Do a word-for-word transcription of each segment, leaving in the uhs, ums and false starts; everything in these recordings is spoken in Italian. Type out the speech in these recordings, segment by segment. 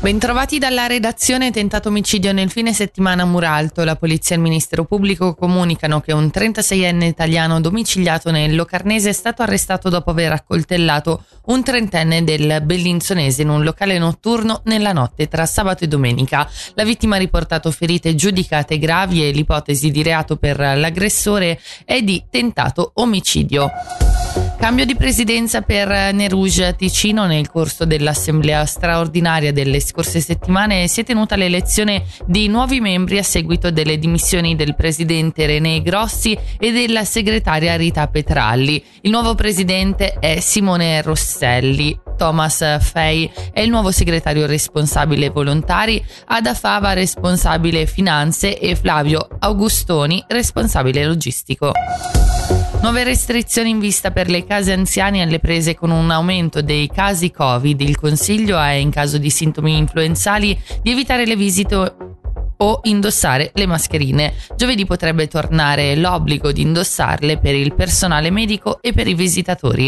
Bentrovati dalla redazione. Tentato omicidio nel fine settimana a Muralto. La polizia e il Ministero Pubblico comunicano che un trentaseienne italiano domiciliato nel Locarnese è stato arrestato dopo aver accoltellato un trentenne del Bellinzonese in un locale notturno nella notte tra sabato e domenica. La vittima ha riportato ferite giudicate gravi e l'ipotesi di reato per l'aggressore è di tentato omicidio. Cambio di presidenza per Nerouge Ticino. Nel corso dell'assemblea straordinaria delle scorse settimane si è tenuta l'elezione di nuovi membri a seguito delle dimissioni del presidente René Grossi e della segretaria Rita Petralli. Il nuovo presidente è Simone Rosselli. Thomas Fei è il nuovo segretario responsabile volontari, Ada Fava responsabile finanze e Flavio Augustoni responsabile logistico. Nuove restrizioni in vista per le case anziane alle prese con un aumento dei casi Covid. Il consiglio è, in caso di sintomi influenzali, di evitare le visite o indossare le mascherine. Giovedì potrebbe tornare l'obbligo di indossarle per il personale medico e per i visitatori.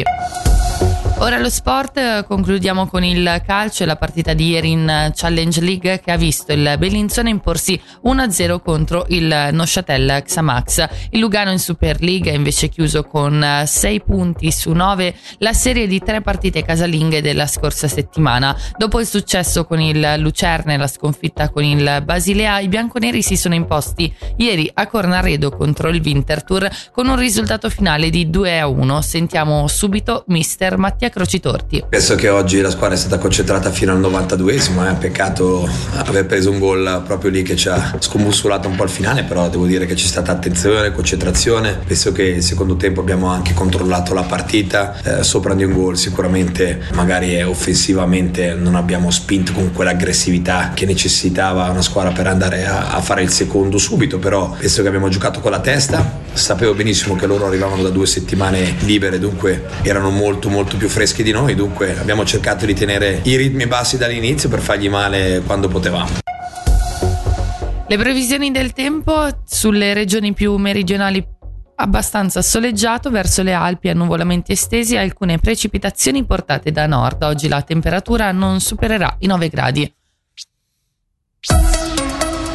Ora lo sport, concludiamo con il calcio e la partita di ieri in Challenge League che ha visto il Bellinzona imporsi uno a zero contro il Neuchâtel Xamax. Il Lugano in Super League ha invece chiuso con sei punti su nove la serie di tre partite casalinghe della scorsa settimana. Dopo il successo con il Lucerna e la sconfitta con il Basilea, i bianconeri si sono imposti ieri a Cornaredo contro il Winterthur con un risultato finale di due a uno. Sentiamo subito mister Mattia Crocitorti. Penso che oggi la squadra è stata concentrata fino al novantaduesimo, è eh? peccato aver preso un gol proprio lì che ci ha scombussolato un po' il finale, però devo dire che c'è stata attenzione, concentrazione. Penso che il secondo tempo abbiamo anche controllato la partita, eh, sopra di un gol sicuramente magari offensivamente non abbiamo spinto con quell'aggressività che necessitava una squadra per andare a, a fare il secondo subito, però penso che abbiamo giocato con la testa. Sapevo benissimo che loro arrivavano da due settimane libere, dunque erano molto molto più freschi di noi, dunque abbiamo cercato di tenere i ritmi bassi dall'inizio per fargli male quando potevamo. Le previsioni del tempo sulle regioni più meridionali: abbastanza soleggiato, verso le Alpi annuvolamenti estesi e alcune precipitazioni portate da nord. Oggi la temperatura non supererà i nove gradi.